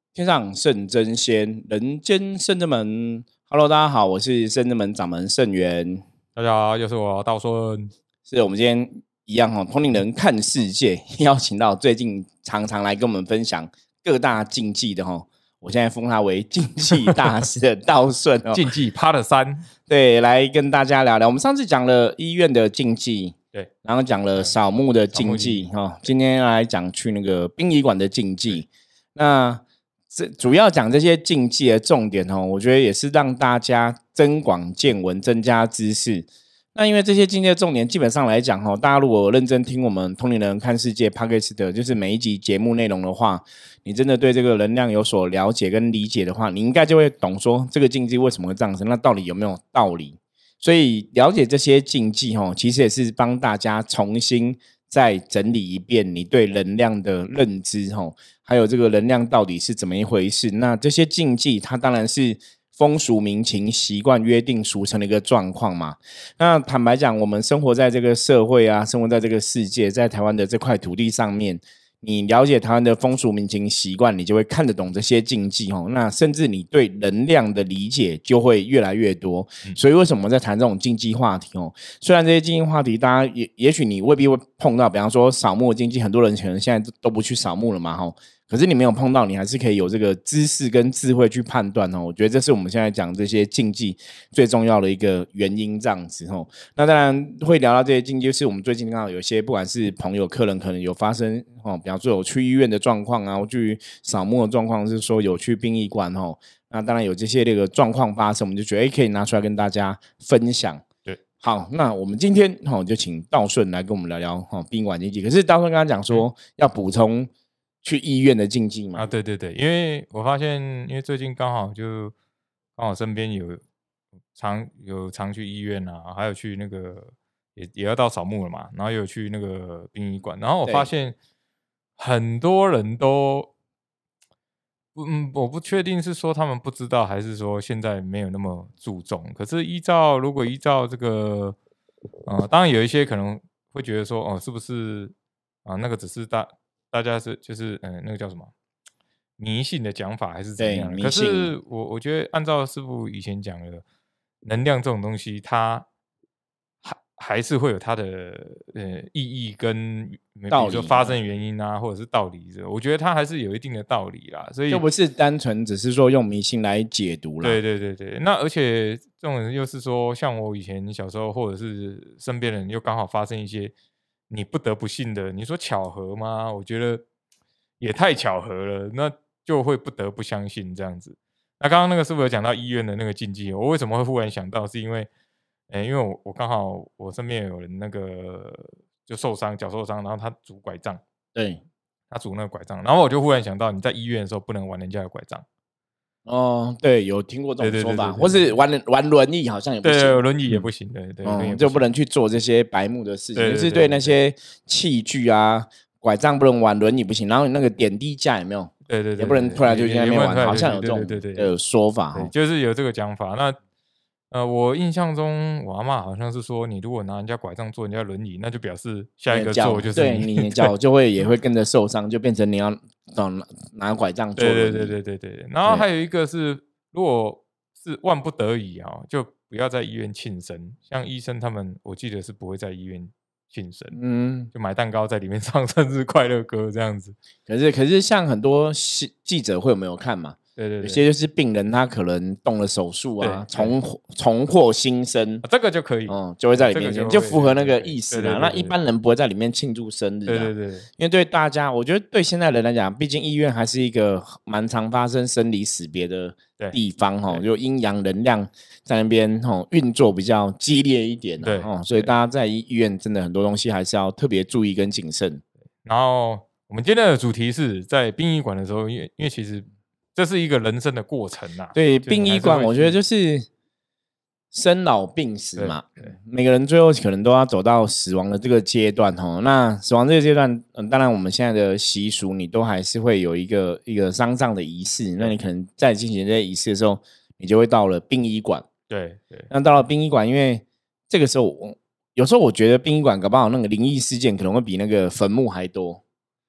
天上圣真仙，人间圣真门。Hello，大家好，我是圣真门掌门圣元。 大家好，又是我道顺。 是我们今天一样通灵人看世界，邀请到最近常常来跟我们分享各大禁忌的我现在封他为禁忌大师的道顺禁忌 Part3， 对，来跟大家聊聊。我们上次讲了医院的禁忌， 对， 然后讲了扫墓的禁忌今天来讲去那个殡仪馆的禁忌。那主要讲这些禁忌的重点我觉得也是让大家增广见闻，增加知识。那因为这些禁忌的重点基本上来讲大家如果认真听我们通灵人看世界 Podcast 就是每一集节目内容的话，你真的对这个能量有所了解跟理解的话，你应该就会懂说这个禁忌为什么会这样子，那到底有没有道理。所以了解这些禁忌其实也是帮大家重新再整理一遍你对能量的认知还有这个能量到底是怎么一回事。那这些禁忌它当然是风俗民情习惯约定俗成的一个状况嘛。那坦白讲，我们生活在这个社会啊，生活在这个世界，在台湾的这块土地上面，你了解台湾的风俗民情习惯，你就会看得懂这些禁忌那甚至你对能量的理解就会越来越多。所以为什么在谈这种禁忌话题虽然这些禁忌话题大家也许你未必会碰到，比方说扫墓的禁忌，很多人可能现在都不去扫墓了嘛可是你没有碰到，你还是可以有这个知识跟智慧去判断我觉得这是我们现在讲这些禁忌最重要的一个原因这样子那当然会聊到这些禁忌，就是我们最近刚好有些不管是朋友客人可能有发生比方说有去医院的状况啊，或去扫墓的状况，是说有去殡仪馆那当然有这些这个状况发生，我们就觉得可以拿出来跟大家分享。 对， 好，那我们今天就请道顺来跟我们聊聊殡仪馆禁忌。可是道顺刚刚讲说要补充去医院的禁忌嘛？ 对，因为我发现，因为最近刚好身边有常去医院啊，还有去那个也要到扫墓了嘛，然后有去那个殡仪馆，然后我发现很多人都，我不确定是说他们不知道，还是说现在没有那么注重。可是如果依照这个，当然有一些可能会觉得说，是不是那个只是大家就是那个叫什么迷信的讲法还是怎么样的？可是我觉得按照师父以前讲的，能量这种东西，它还是会有它的意义跟比如说发生原因啊，或者是道理的。我觉得它还是有一定的道理啦，所以就不是单纯只是说用迷信来解读啦。 对。那而且这种人又是说，像我以前小时候，或者是身边人又刚好发生一些你不得不信的，你说巧合吗？我觉得也太巧合了，那就会不得不相信这样子。那刚刚那个师父有讲到医院的那个禁忌，我为什么会忽然想到，是因为我刚好我身边有人那个就脚受伤，然后他拄拐杖， 对， 他拄那个拐杖，然后我就忽然想到，你在医院的时候不能玩人家的拐杖。 对，有听过这种说法，或是玩轮椅好像也不行， 对，轮椅也不行，对， 就不能去做这些白目的事情，就是对那些器具啊，拐杖不能玩，轮椅不行，然后那个点滴架有没有？ 对， 也不能突然就去那边玩，好像有这种的说法就是有这个讲法。那我印象中，我阿嬷好像是说，你如果拿人家拐杖坐人家轮椅，那就表示下一个坐就是对你的脚就会也会跟着受伤，就变成你要拿拐杖坐轮椅。 对。然后还有一个是，如果是万不得已就不要在医院庆生。像医生他们，我记得是不会在医院庆生，就买蛋糕在里面唱生日快乐歌这样子。 可是像很多记者会有没有看嘛？ 对， 有些就是病人他可能动了手术啊，重获新生， 这个就可以， 就会在里面就符合那个意思啦。那一般人不会在里面庆祝生日对， 因为对大家，我觉得对现在人来讲，毕竟医院还是一个蛮常发生生离死别的地方就阴阳能量在那边运作比较激烈一点所以大家在医院真的很多东西还是要特别注意跟谨慎。 然后我们今天的主题是在殡仪馆的时候，因为其实这是一个人生的过程啊。 对，殡仪馆我觉得就是生老病死嘛，每个人最后可能都要走到死亡的这个阶段那死亡这个阶段，当然我们现在的习俗，你都还是会有一个丧葬的仪式。那你可能在进行这些仪式的时候，你就会到了殡仪馆。 对， 那到了殡仪馆，因为这个时候有时候我觉得殡仪馆搞不好那个灵异事件可能会比那个坟墓还多。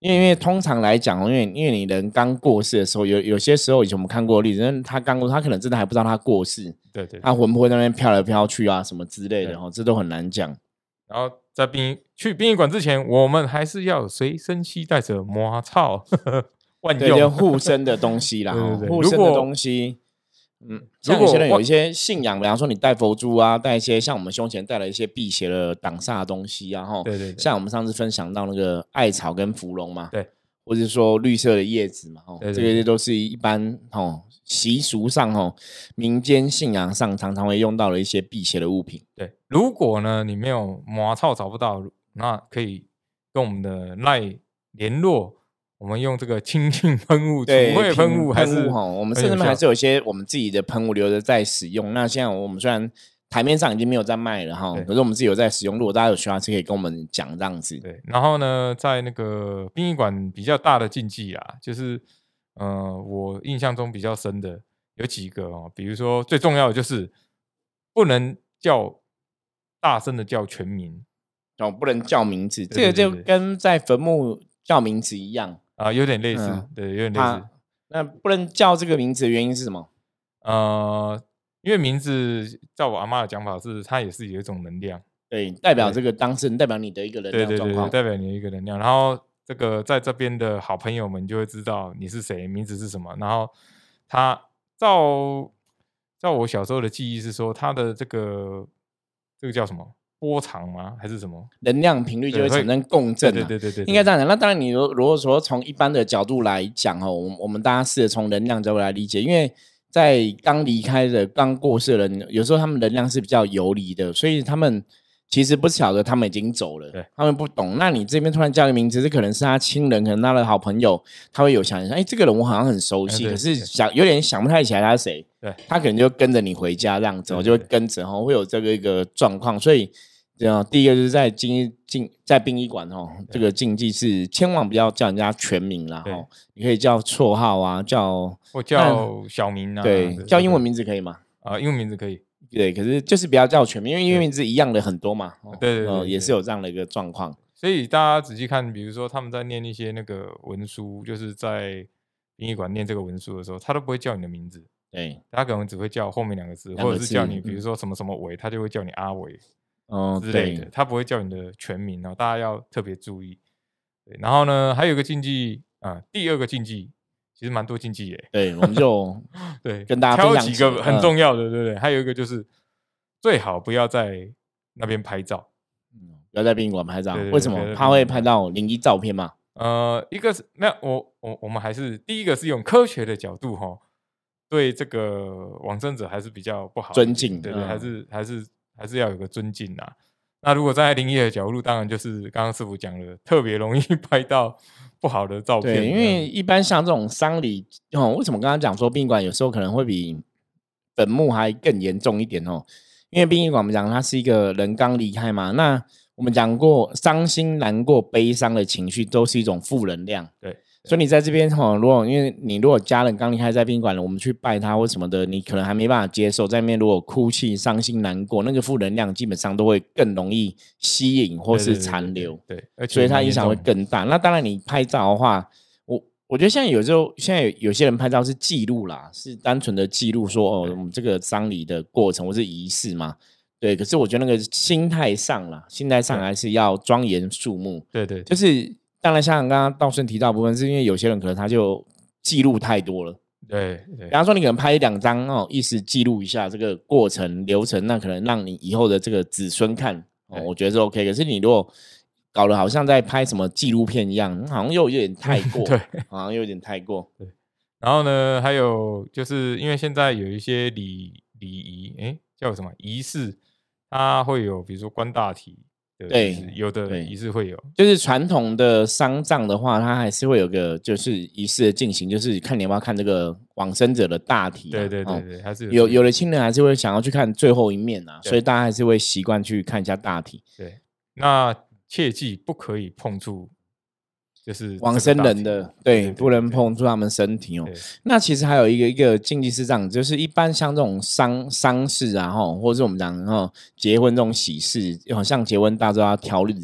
因为通常来讲，因为你人刚过世的时候，有些时候以前我们看过的例子，他刚过世，他可能真的还不知道他过世， 对对， 他魂魄在那边飘来飘去啊，什么之类的，这都很难讲。 然后在去殡仪馆之前，我们还是要随身携带着麻草万用， 对，护身的东西啦，护身的东西。像有些人有一些信仰，比方说你带佛珠啊，带一些像我们胸前带了一些辟邪的挡煞的东西啊， 对， 像我们上次分享到那个艾草跟芙蓉嘛， 对， 或者说绿色的叶子嘛， 对这些都是一般习俗上民间信仰上常常会用到的一些辟邪的物品。 对，如果呢你没有麻草找不到，那可以跟我们的LINE联络。我们用这个清净喷雾、除秽喷雾，还是我们甚至还是有一些我们自己的喷雾留着在使用。那现在我们虽然台面上已经没有在卖了可是我们自己有在使用。如果大家有需要，是可以跟我们讲这样子。 对，然后呢，在那个殡仪馆比较大的禁忌啊，就是我印象中比较深的有几个比如说最重要的就是不能大声的叫全名不能叫名字。这个就跟在坟墓叫名字一样。 有点类似，对，有点类似。 那不能叫这个名字的原因是什么？ 因为名字，在我阿嬷的讲法是，它也是有一种能量， 对，代表这个当事人，代表你的一个能量状况， 对，代表你的一个能量。然后这个在这边的好朋友们就会知道你是谁，名字是什么。然后他照我小时候的记忆是说，他的这个叫什么？波长吗？还是什么能量频率就会产生共振？ 对， 应该这样讲。那当然，你如果说从一般的角度来讲我们大家试着从能量角度来理解，因为在刚离开的、刚过世的人，有时候他们能量是比较游离的，所以他们其实不晓得他们已经走了，他们不懂。那你这边突然叫个名字，这可能是他亲人，可能他的好朋友，他会有想一下，这个人我好像很熟悉，可是有点想不太起来他是谁。 对， 他可能就跟着你回家这样子，就会跟着会有这个一个状况，所以。第一个就是在殡仪馆这个禁忌是千万不要叫人家全名啦你可以叫绰号啊， 或叫小名啊， 对，叫英文名字可以吗？ 英文名字可以， 对，可是就是不要叫全名，因为英文名字一样的很多嘛， 对， 也是有这样的一个状况。 所以大家仔细看，比如说他们在念一些那个文书，就是在殡仪馆念这个文书的时候，他都不会叫你的名字， 对， 他可能只会叫后面2个字，或者是叫你，比如说什么什么伟，他就会叫你阿伟。之类的，他不会叫你的全名大家要特别注意。对，然后呢，还有一个禁忌第二个禁忌其实蛮多禁忌耶。 对，我们就对跟大家分享几个很重要的，对不对？还有一个就是最好不要在那边拍照， 不要在殡仪馆拍照，为什么？怕会拍到灵异照片吗？ 一个是没有，我们还是第一个是用科学的角度对这个往生者还是比较不好尊敬， 对，还是要有个尊敬啊。那如果站在灵异的角度，当然就是刚刚师傅讲的，特别容易拍到不好的照片。 对，因为一般像这种丧礼为什么刚刚讲说殡仪馆有时候可能会比坟墓还更严重一点因为殡仪馆我们讲它是一个人刚离开嘛，那我们讲过伤心、难过、悲伤的情绪都是一种负能量。 对。 所以你在这边如果家人刚离开在殡仪馆了，我们去拜他或什么的，你可能还没办法接受，在那边如果哭泣、伤心、难过，那个负能量基本上都会更容易吸引或是残留。 对， 所以它影响会更大。那当然，你拍照的话，我觉得现在有些人拍照是记录啦，是单纯的记录说我们这个丧礼的过程或是仪式嘛。对，可是我觉得那个心态上还是要庄严肃穆。 对， 就是。当然，像刚刚道顺提到的部分，是因为有些人可能他就记录太多了。 对， 比方说你可能拍2张意思记录一下这个过程流程，那可能让你以后的这个子孙看我觉得是 OK。可是你如果搞得好像在拍什么纪录片一样，好像又有点太过， 对， 好像有点太过。 对。然后呢，还有就是因为现在有一些礼仪，叫什么仪式，它会有比如说观大体。对，有的仪式会有， 就是传统的丧葬的话，它还是会有个就是仪式的进行，就是看你要不要看这个往生者的大体。 对，还是有的亲人还是会想要去看最后一面所以大家还是会习惯去看一下大体。 对，那切记不可以碰触，就是往生人的，对，不能碰触他们身体那其实还有一个禁忌是这样，就是一般像这种丧事啊，或者是我们讲结婚这种喜事，像结婚大家都要挑日子嘛。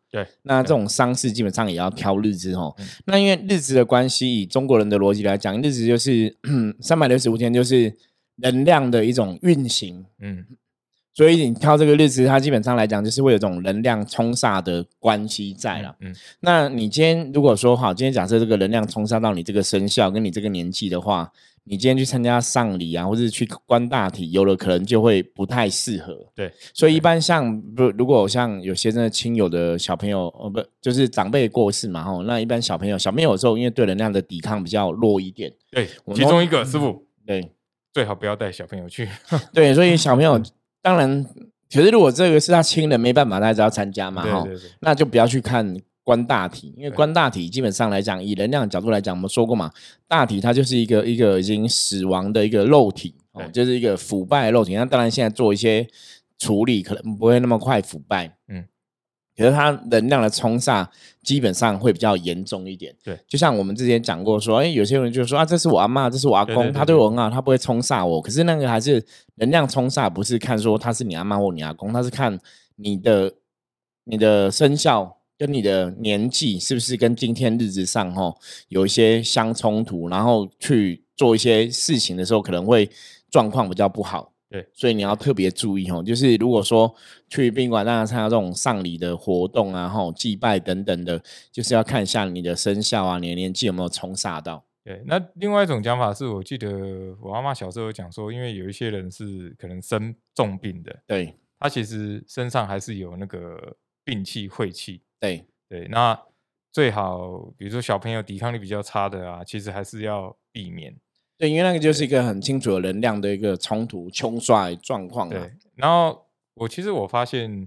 对， 那这种丧事基本上也要挑日子哦。那因为日子的关系，以中国人的逻辑来讲，日子就是365天，就是能量的一种运行。所以你挑这个日子，它基本上来讲就是会有这种能量冲煞的关系在啦。那你今天如果说好，今天假设这个能量冲煞到你这个生肖跟你这个年纪的话，你今天去参加丧礼啊，或者去观大体，有的可能就会不太适合。 对， 所以一般像如果像有些真的亲友的小朋友，不就是长辈过世嘛，那一般小朋友有时候因为对能量的抵抗比较弱一点。 对，其中一个师傅， 对， 最好不要带小朋友去。 对，所以小朋友当然，可是如果这个是他亲人没办法，他还是要参加嘛， 对， 那就不要去看观大体，因为观大体基本上来讲，以能量的角度来讲，我们说过嘛，大体它就是一个已经死亡的一个肉体，就是一个腐败的肉体。那当然现在做一些处理，可能不会那么快腐败，可是它能量的冲煞基本上会比较严重一点。 对， 就像我们之前讲过说，有些人就说啊，这是我阿嬷，这是我阿公，他对我很好，他不会冲煞我。可是那个还是能量冲煞，不是看说他是你阿嬷或你阿公，他是看你的生肖跟你的年纪是不是跟今天日子上有一些相冲突，然后去做一些事情的时候，可能会状况比较不好。 对， 所以你要特别注意就是如果说去宾馆，当然参加这种丧礼的活动啊，祭拜等等的，就是要看一下你的生肖啊，你的年纪有没有冲煞到。 对，那另外一种讲法是我记得我阿嬷小时候有讲说，因为有一些人是可能生重病的， 对， 他其实身上还是有那个病气晦气。 对， 那最好比如说小朋友抵抗力比较差的啊，其实还是要避免。 对，因为那个就是一个很清楚的能量的一个冲突冲刷状况。 对，然后其实我发现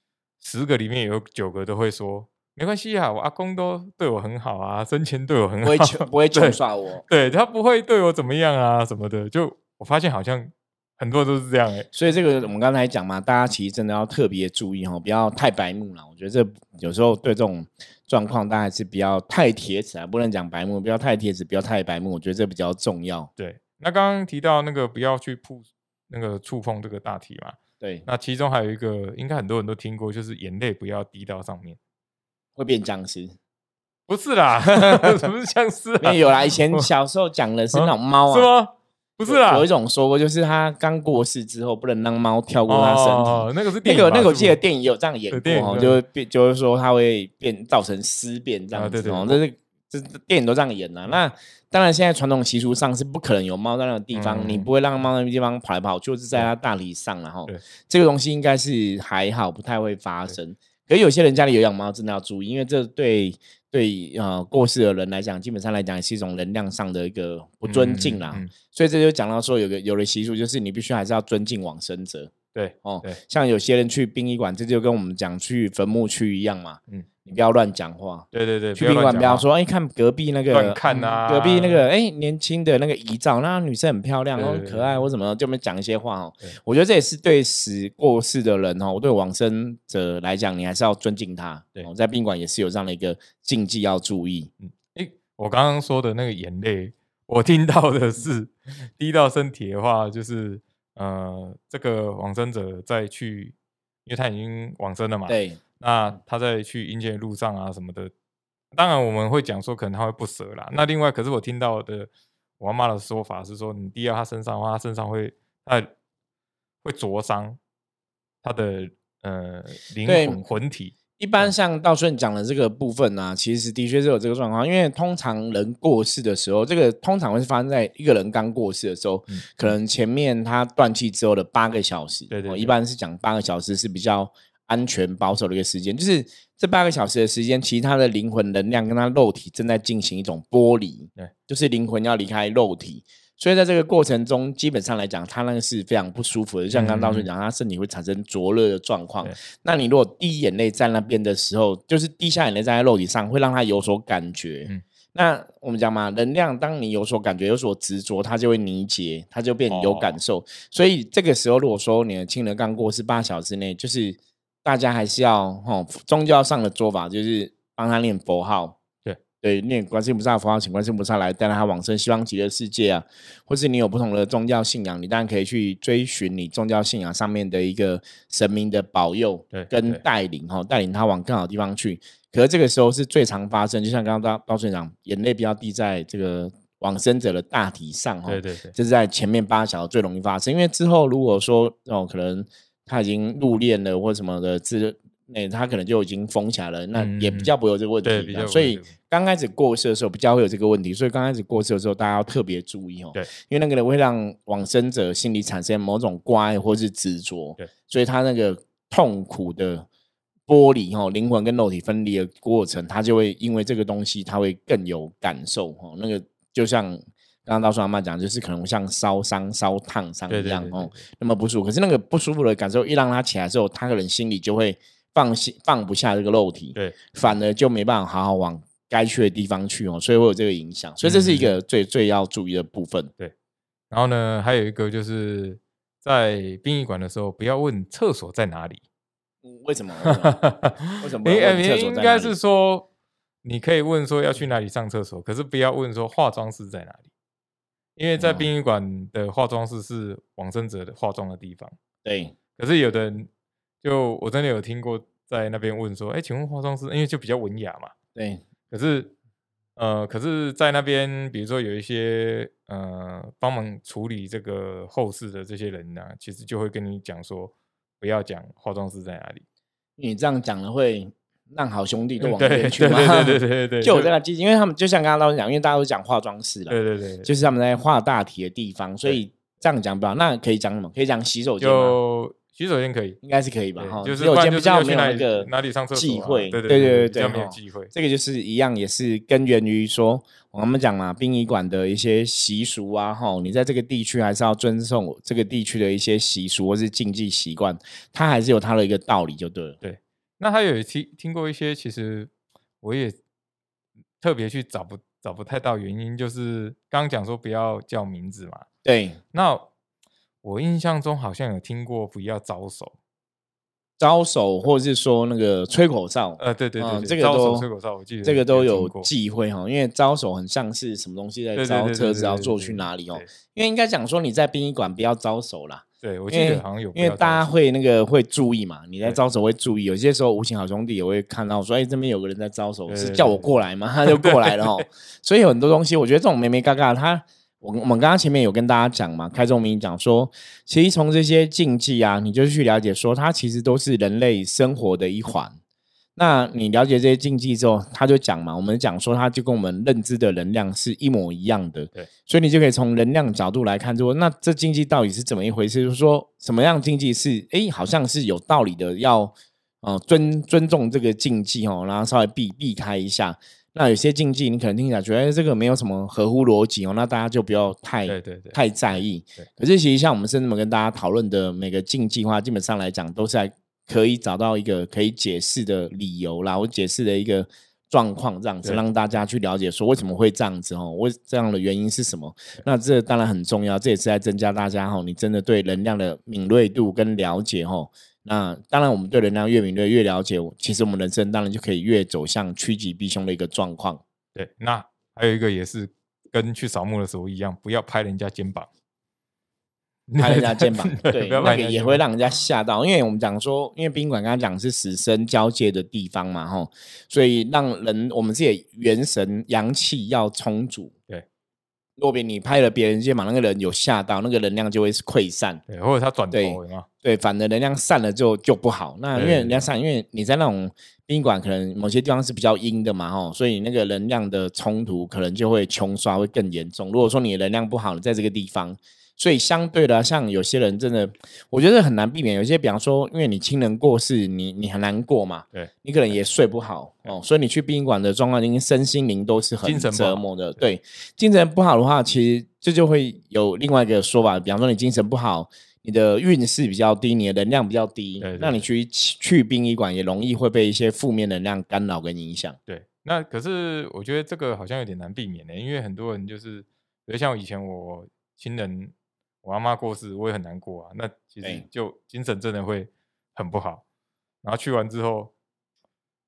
10个里面有9个都会说没关系啊，我阿公都对我很好啊，生前对我很好， 不会冲刷我。 对，他不会对我怎么样啊什么的。就我发现好像很多都是这样所以这个我们刚才讲嘛，大家其实真的要特别注意不要太白目了。我觉得这有时候对这种状况，大家还是不要太铁齿啊，不能讲白目，不要太铁齿，不要太白目，我觉得这比较重要。 对，那刚刚提到那个不要去触碰这个大体嘛， 对， 那其中还有一个应该很多人都听过，就是眼泪不要滴到上面， 会变僵尸。 不是啦，什么是僵尸啊？ 有啦，以前小时候讲的是那种猫啊， 是吗？不是啦， 有一种说过，就是他刚过世之后，不能让猫跳过他身体。 那个是电影吧， 那个我记得电影也有这样演过就是说它会造成尸变这样子这电影都这样演那当然，现在传统习俗上是不可能有猫在那个地方，你不会让猫在那个地方跑来跑去，就是在它大体上，然后这个东西应该是还好，不太会发生。可是有些人家里有养猫，真的要注意，因为这对过世的人来讲，基本上来讲也是一种能量上的一个不尊敬啦。所以这就讲到说有的习俗，就是你必须还是要尊敬往生者。 对像有些人去殡仪馆，这就跟我们讲去坟墓区一样嘛。你不要乱讲话。 对， 去宾馆不要说看隔壁那个乱看啊， 隔壁那个年轻的那个遗照，那女生很漂亮很可爱，或什么就没讲一些话我觉得这也是对过世的人对往生者来讲，你还是要尊敬他。在宾馆也是有这样的一个禁忌要注意。 我刚刚说的那个眼泪，我听到的是滴到身体的话，就是这个往生者再去，因为他已经往生了嘛。 对。 那他在去迎接的路上啊什么的，当然我们会讲说可能他会不舍啦。那另外，可是我听到的我阿嬷的说法是说，你滴到他身上的话，他身上会灼伤他的灵魂魂体。一般像道顺讲的这个部分啊，其实的确是有这个状况，因为通常人过世的时候，这个通常会是发生在一个人刚过世的时候，可能前面他断气之后的8个小时，一般是讲8个小时是比较安全保守的一个时间，就是这8个小时的时间，其实他的灵魂能量跟他肉体正在进行一种剥离，就是灵魂要离开肉体，所以在这个过程中，基本上来讲，他那个是非常不舒服的。像刚刚道顺讲，他身体会产生灼热的状况。那你如果滴眼泪在那边的时候，就是滴下眼泪在肉体上，会让他有所感觉。那我们讲嘛，能量当你有所感觉、有所执着，它就会凝结，它就变有感受。所以这个时候，如果说你的亲人刚过世8小时内，就是大家还是要宗教上的做法，就是帮他念佛号。 对，念观世音菩萨的佛号，请观世音菩萨来带他往生西方极乐世界啊，或是你有不同的宗教信仰，你当然可以去追寻你宗教信仰上面的一个神明的保佑跟带领带领他往更好的地方去。可是这个时候是最常发生，就像刚刚道顺长，眼泪不要滴在这个往生者的大体上， 对， 这是在前面8小最容易发生，因为之后如果说可能他已经入殓了或什么的他可能就已经封起来了，那也比较不会有这个问题，所以刚开始过世的时候比较会有这个问题，所以刚开始过世的时候大家要特别注意因为那个人会让往生者心里产生某种挂碍或是执着，所以他那个痛苦的剥离灵魂跟肉体分离的过程，他就会因为这个东西他会更有感受那个就像刚刚道顺阿嬷讲，就是可能像烧伤、烧烫伤一样那么不舒服。可是那个不舒服的感受一让他起来之后，他可能心里就会放不下这个肉体，反而就没办法好好往该去的地方去所以会有这个影响。所以这是一个最要注意的部分。 对，然后呢，还有一个就是在殡仪馆的时候，不要问厕所在哪里。 为什么？为什么不要问厕所在哪里？ 应该是说，你可以问说要去哪里上厕所，可是不要问说化妆室在哪里，因为在殡仪馆的化妆室是往生者的化妆的地方。 对， 可是有的人我真的有听过在那边问说，请问化妆师，因为就比较文雅嘛。 对， 可是在那边，比如说有一些帮忙处理这个后事的这些人呢，其实就会跟你讲说，不要讲化妆师在哪里。 你这样讲了会让好兄弟都往那边去吗？ 对， 就有这个机，因为他们就像刚刚老师讲，因为大家都讲化妆室啦， 对， 就是他们在画大体的地方，所以这样讲不好。那可以讲什么？可以讲洗手间吗？ 洗手间可以， 应该是可以吧？ 就是洗手间比较没有那个哪里上厕所忌讳，对， 比较没有忌讳。 这个就是一样，也是根源于说我们讲嘛，殡仪馆的一些习俗啊，你在这个地区还是要遵守这个地区的一些习俗或是禁忌习惯，它还是有它的一个道理就对了。 对，那还有听过一些，其实我也特别去找不太到原因，就是刚刚讲说不要叫名字嘛。 对， 那我印象中好像有听过不要招手， 或者是说那个吹口哨， 对， 这个招手吹口哨，我记得这个都有忌讳因为招手很像是什么东西在招车子要坐去哪里因为应该讲说你在殡仪馆不要招手啦。 对，我记得好像有， 因为大家会注意嘛，你在招手会注意，有些时候无情好兄弟也会看到说，这边有个人在招手，是叫我过来吗？他就过来了所以有很多东西，我觉得这种眉眉嘎嘎，我们刚刚前面有跟大家讲嘛，开宗明义讲说，其实从这些禁忌啊，你就去了解说，它其实都是人类生活的一环。那你了解这些禁忌之后，他就讲嘛，我们讲说，它就跟我们认知的能量是一模一样的。 对， 所以你就可以从能量角度来看说，那这禁忌到底是怎么一回事？就是说，什么样禁忌是好像是有道理的，要尊重这个禁忌然后稍微避开一下。那有些禁忌你可能听起来觉得这个没有什么合乎逻辑那大家就不要太在意。可是其实像我们是这么跟大家讨论的每个禁忌的话，基本上来讲都是在可以找到一个可以解释的理由啦，或解释的一个状况，这样子让大家去了解说为什么会这样子为这样的原因是什么。那这当然很重要，这也是在增加大家你真的对能量的敏锐度跟了解那当然我们对能量越敏锐越了解，其实我们人生当然就可以越走向趋吉避凶的一个状况。 对，那还有一个也是跟去扫墓的时候一样，不要拍人家肩膀。 拍人家肩膀，对，那个也会让人家吓到，因为我们讲说，因为殡仪馆刚刚讲是死生交界的地方嘛，所以让人我们自己的元神阳气要充足。 对， 若比你拍了别人肩膀，那个人有吓到，那个能量就会溃散， 对，或者他转头有没有？ 对，反而能量散了就不好。那因为能量散，因为你在那种殡仪馆，可能某些地方是比较阴的嘛，所以那个能量的冲突可能就会冲刷会更严重。如果说你的能量不好，你在这个地方。所以相对的像有些人真的我觉得很难避免，有些比方说因为你亲人过世，你很难过嘛， 对， 你可能也睡不好所以你去殡仪馆的状况，你身心灵都是很折磨的。对，精神不好的话，其实这就会有另外一个说法，比方说你精神不好，你的运势比较低，你的能量比较低，那你去殡仪馆也容易会被一些负面能量干扰跟影响。 对，那可是我觉得这个好像有点难避免因为很多人就是比如像以前我亲人我阿妈过世，我也很难过那其实就精神真的会很不好。然后去完之后，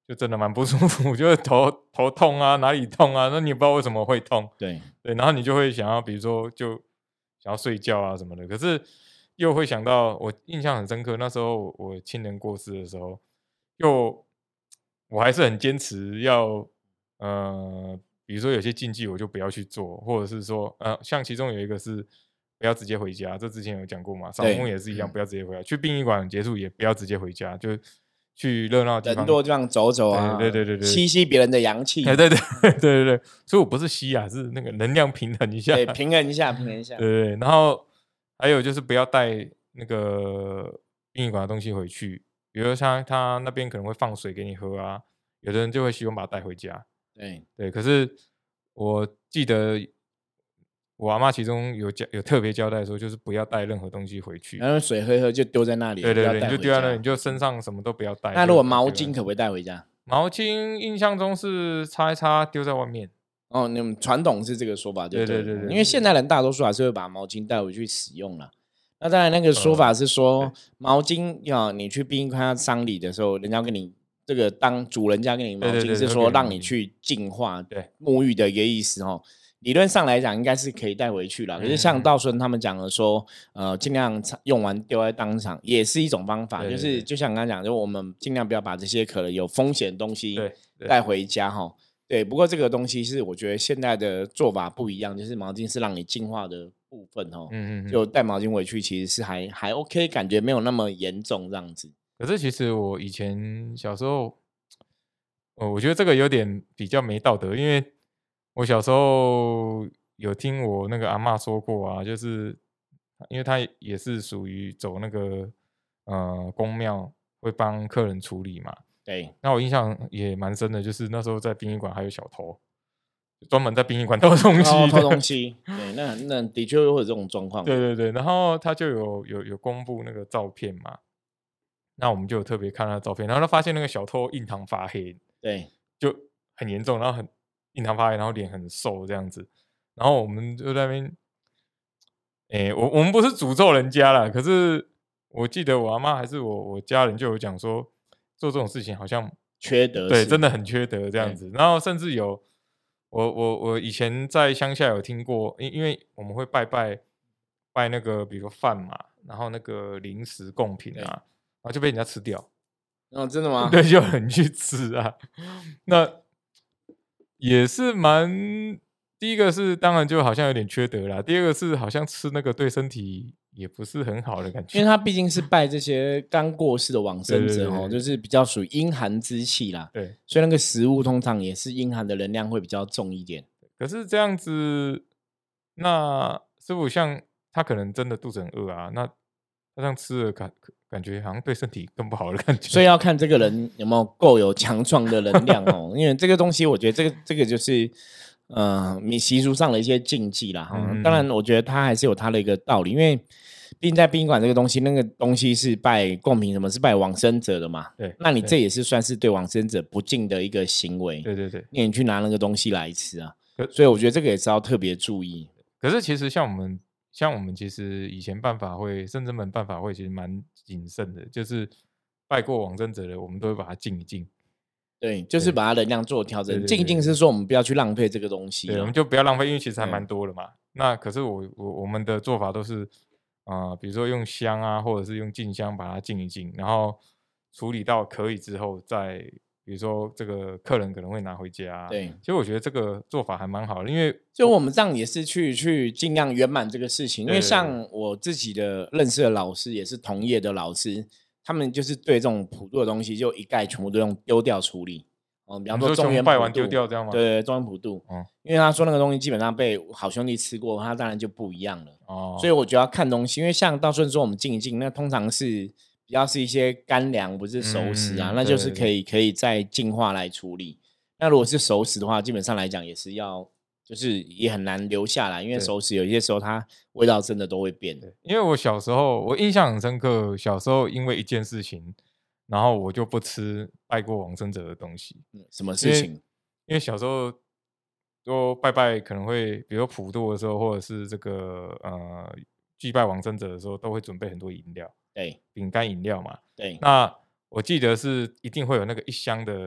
就真的蛮不舒服，就是头痛啊，哪里痛啊，那你也不知道为什么会痛， 对， 然后你就会想要，比如说就想要睡觉啊什么的，可是又会想到，我印象很深刻，那时候我亲人过世的时候，我还是很坚持要，比如说有些禁忌我就不要去做，或者是说，像其中有一个是不要直接回家，这之前有讲过嘛，扫墓也是一样，不要直接回家，去殡仪馆结束也不要直接回家，就去热闹的地方， 人多地方走走啊， 对， 吸吸别人的阳气， 对，所以我不是吸啊，是那个能量平衡一下， 对，平衡一下， 对，然后还有就是不要带那个殡仪馆的东西回去，比如像他那边可能会放水给你喝啊，有的人就会希望把它带回家，对，可是我记得我阿嬷其中有特别交代说，就是不要带任何东西回去， 然后水喝一喝就丢在那里， 对，你就丢在那里， 里。 你就身上什么都不要带。 那如果毛巾可不可以带回家？ 毛巾印象中是擦一擦丢在外面。 哦，你们传统是这个说法就对， 对， 因为现代人大多数还是会把毛巾带回去使用了。那当然，那个说法是说，毛巾你去殡仪馆丧礼的时候，人家跟你这个当主人家给你毛巾，是说让你去净化、沐浴的一个意思哦。理论上来讲，应该是可以带回去了。可是像道顺他们讲的说，尽量用完丢在当场，也是一种方法。就是就像刚刚讲，就我们尽量不要把这些可能有风险的东西带回家哈。对，不过这个东西是我觉得现在的做法不一样，就是毛巾是让你净化的部分哦。就带毛巾回去其实是还 OK， 感觉没有那么严重这样子。 可是其实我以前小时候，我觉得这个有点比较没道德，因为我小时候有听我那个阿嬷说过啊，就是因为她也是属于走那个公庙会帮客人处理嘛。 对， 那我印象也蛮深的，就是那时候在殡仪馆还有小偷，专门在殡仪馆偷东西， 偷东西。对，那的确会有这种状况。 对，然后他就有公布那个照片嘛，那我们就有特别看他的照片，然后他发现那个小偷印堂发黑， 对， 就很严重，然后印堂发黑，然后脸很瘦这样子，然后我们就在那边，我们不是诅咒人家啦，可是我记得我阿嬷还是我家人就有讲说，做这种事情好像缺德， 对，真的很缺德这样子。然后甚至有我以前在乡下有听过，因为我们会拜那个，比如说饭嘛，然后那个零食贡品啊，然后就被人家吃掉。 哦，真的吗？ 对，就有人去吃啊。那也是第一个是当然就好像有点缺德啦，第二个是好像吃那个对身体也不是很好的感觉， 因为他毕竟是拜这些刚过世的往生者哦，就是比较属于阴寒之气啦。 对， 所以那个食物通常也是阴寒的能量会比较重一点。 可是这样子，那师傅像他可能真的肚子很饿啊，那他这样吃了感觉好像对身体更不好的感觉。 所以要看这个人有没有够有强壮的能量哦，因为这个东西我觉得这个就是习俗上的一些禁忌啦哈。当然，我觉得它还是有它的一个道理，因为毕竟在殡仪馆这个东西，那个东西是拜贡品，什么是拜往生者的嘛？ 对， 那你这也是算是对往生者不敬的一个行为。 对， 你去拿那个东西来吃啊，所以我觉得这个也是要特别注意。 可是其实像我们其实以前办法会，圣真门办法会其实蛮谨慎的，就是拜过往生者的，我们都会把它敬一敬。 对，就是把它能量做调整。静一静是说我们不要去浪费这个东西， 对，我们就不要浪费，因为其实还蛮多的嘛。那可是我们的做法都是，比如说用香啊，或者是用静香把它静一静，然后处理到可以之后，再比如说这个客人可能会拿回家。 对， 其实我觉得这个做法还蛮好的，因为就我们这样也是去尽量圆满这个事情。因为像我自己的认识的老师，也是同业的老师。他们就是对这种普渡的东西，就一概全部都用丢掉处理。比方说中元拜完丢掉这样吗？ 对，中元普渡。因为他说那个东西基本上被好兄弟吃过，他当然就不一样了。所以我觉得要看东西，因为像道顺说我们静一静，那通常是比较是一些干粮，不是熟食啊，那就是可以再净化来处理。那如果是熟食的话，基本上来讲也是要。就是也很难留下来，因为熟食有些时候它味道真的都会变。 因为我小时候我印象很深刻，小时候因为一件事情，然后我就不吃拜过往生者的东西。 什么事情？ 因为小时候都拜可能会，比如普渡的时候，或者是这个祭拜往生者的时候，都会准备很多饮料， 对， 饼干饮料嘛。 对， 那我记得是一定会有那个一箱的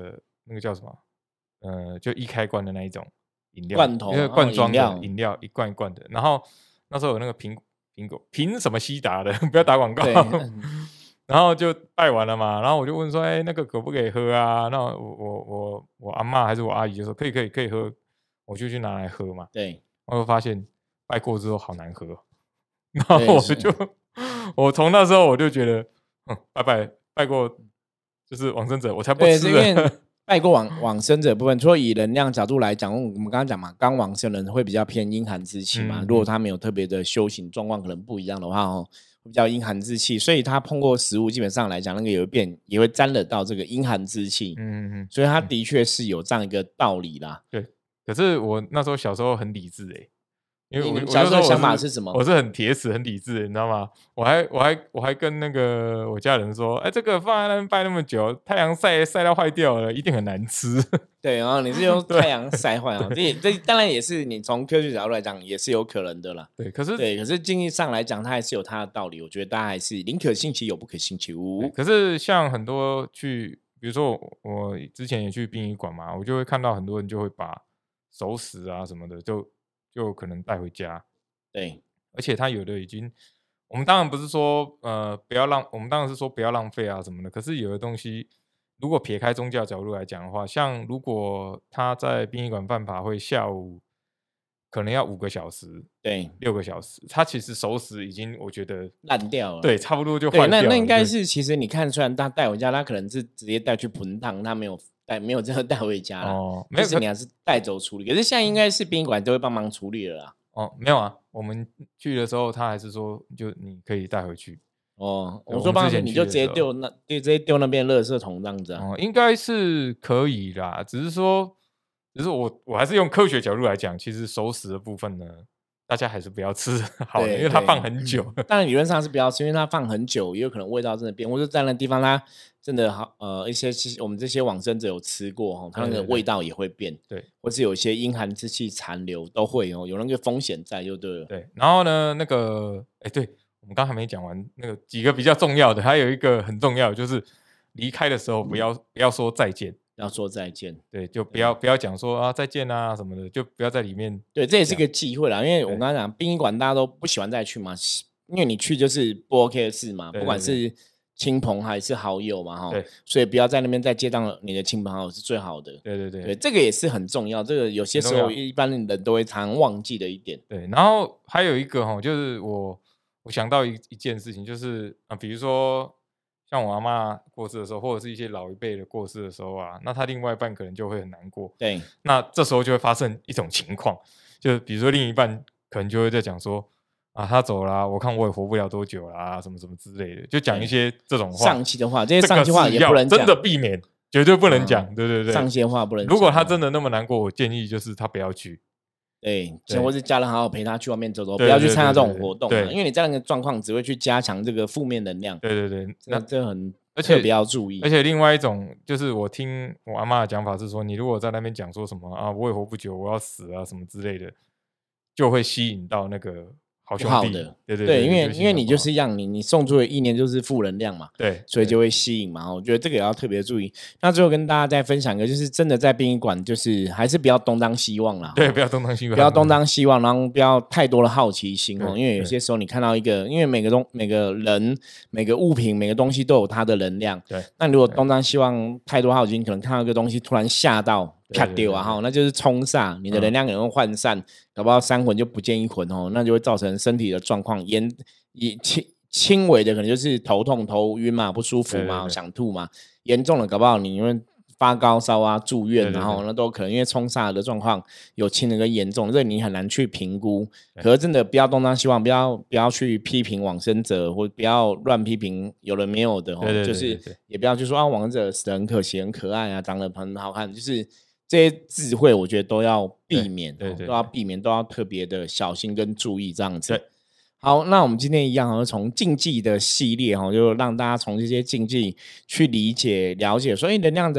那个叫什么？就一开罐的那一种饮料， 罐头一个罐装的饮饮料，一罐一罐的。然后那时候有那个苹果，凭什么西达的？不要打广告。然后就拜完了嘛，然后我就问说，哎，那个可不可以喝啊？那我阿嬷还是我阿姨就说可以喝，我就去拿来喝嘛。 对， 我就发现拜过之后好难喝，然后我从那时候我就觉得，拜过就是往生者，我才不吃了。 拜过往生者部分，除了以能量角度来讲，我们刚刚讲嘛，刚往生人会比较偏阴寒之气嘛。如果他没有特别的修行状况，可能不一样的话会比较阴寒之气，所以他碰过食物，基本上来讲，那个也会沾得到这个阴寒之气。所以他的确是有这样一个道理啦。 对，可是我那时候小时候很理智因为我小时候想法是什么？ 我是很铁齿、很理智的，你知道吗？我还跟那个我家人说，哎，这个放在那边拜那么久，太阳晒到坏掉了，一定很难吃。 对，然后你是用太阳晒坏啊？这当然也是你从科学角度来讲也是有可能的啦。 对，可是经济上来讲，它还是有它的道理。我觉得大家还是宁可信其有，不可信其无。 可是像很多比如说我之前也去殡仪馆嘛，我就会看到很多人就会把熟食啊什么的就可能带回家。 对， 而且他有的我们当然不是说我们当然是说不要浪费啊什么的。可是有的东西，如果撇开宗教角度来讲的话，像如果他在殡仪馆办法会下午可能要5个小时， 对 ，6个小时，他其实熟食已经我觉得烂掉了， 对，差不多就坏掉了。 那应该是其实你看，虽然他带回家，他可能是直接带去盆汤，他没有真的带回家啦。没有，就是你还是带走处理。可是现在应该是殡仪馆都会帮忙处理了啦。 没有啊，我们去的时候他还是说就你可以带回去。 我说帮你就直接丢那边垃圾桶这样子啊。 应该是可以啦，只是我还是用科学角度来讲，其实熟食的部分呢，大家还是不要吃好的，因为它放很久。 当然理论上是不要吃，因为它放很久，也有可能味道真的变，或者在那地方它真的好一些我们这些往生者有吃过它那个味道也会变， 对， 或是有一些阴寒之气残留都会有那个风险在就对了。 对，然后呢那个对，我们刚还没讲完那个几个比较重要的，还有一个很重要的就是离开的时候不要说再见。 要说再见， 对，就不要讲说啊再见啊什么的，就不要在里面。 对，这也是个忌讳啦，因为我刚刚讲殡仪馆大家都不喜欢再去嘛，因为你去就是不 OK 的事嘛，不管是亲朋还是好友嘛，所以不要在那边再接到你的亲朋好友是最好的。对，这个也是很重要，这个有些时候一般人都会常忘记的一点。 对，然后还有一个就是我想到一件事情，就是比如说。像我阿嬷过世的时候，或者是一些老一辈的过世的时候啊，那他另外一半可能就会很难过。 对， 那这时候就会发生一种情况，就比如说另一半可能就会在讲说啊，他走了，我看我也活不了多久啦，什么什么之类的，就讲一些这种话。 丧气的话，这些丧气话也不能讲， 真的避免，绝对不能讲。对， 丧气话不能讲。 如果他真的那么难过，我建议就是他不要去。 对，或是家人好好陪他去外面走走，不要去参加这种活动嘛，因为你这样的状况只会去加强这个负面能量。 对， 那这很特别要注意。 而且另外一种就是我听我阿嬷的讲法是说，你如果在那边讲说什么啊，我也活不久，我要死啊什么之类的，就会吸引到那个好兄弟的。 对， 因为你就是一样，你送出的意念就是负能量嘛， 对， 所以就会吸引嘛。我觉得这个也要特别注意。那最后跟大家再分享一个，就是真的在殡仪馆，就是还是不要东张西望啦。 对，不要东张西望， 不要东张西望，然后不要太多的好奇心因为有些时候你看到一个，因为每个人、每个物品、每个东西都有它的能量。 对， 那如果东张西望太多好奇心，可能看到一个东西突然吓到。卡丢啊那就是冲煞，你的能量可能会涣散，搞不好3魂就不见1魂那就会造成身体的状况轻微的可能就是头痛、头晕嘛，不舒服嘛，想吐嘛，严重的搞不好你因为发高烧啊住院，然后那都可能因为冲煞的状况有轻的跟严重，这你很难去评估。可是真的不要东张西望，不要去批评往生者，或不要乱批评有的没有的就是也不要去说往生者死得很可惜、很可爱啊，长得很好看，就是这些智慧我觉得都要避免，都要避免，都要特别的小心跟注意这样子。好，那我们今天一样从禁忌的系列就让大家从这些禁忌去理解了解说能量的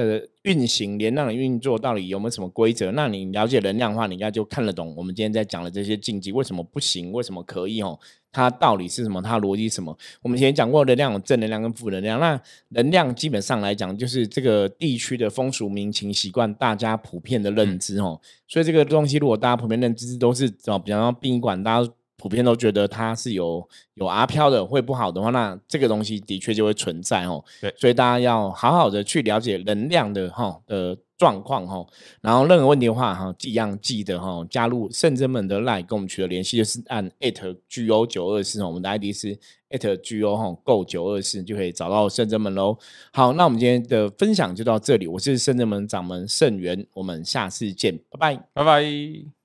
运行能量的运作到底有没有什么规则？那你了解能量的话，你应该就看得懂我们今天在讲的这些禁忌，为什么不行，为什么可以哦？它道理是什么？它的逻辑是什么？我们以前讲过，能量有正能量跟负能量。那能量基本上来讲，就是这个地区的风俗民情习惯，大家普遍的认知哦。所以这个东西，如果大家普遍认知都是比方说殡仪馆，大家普遍都觉得它是有阿飘的，会不好的话，那这个东西的确就会存在哦。 对， 所以大家要好好的去了解能量的状况哈，然后任何问题的话哈，一样记得哈，加入圣真门的 LINE 跟我们取得联系，就是按@GO924，我们的 ID 是@GO924，就可以找到圣真门喽。好，那我们今天的分享就到这里，我是圣真门掌门圣元，我们下次见，拜拜， 拜拜。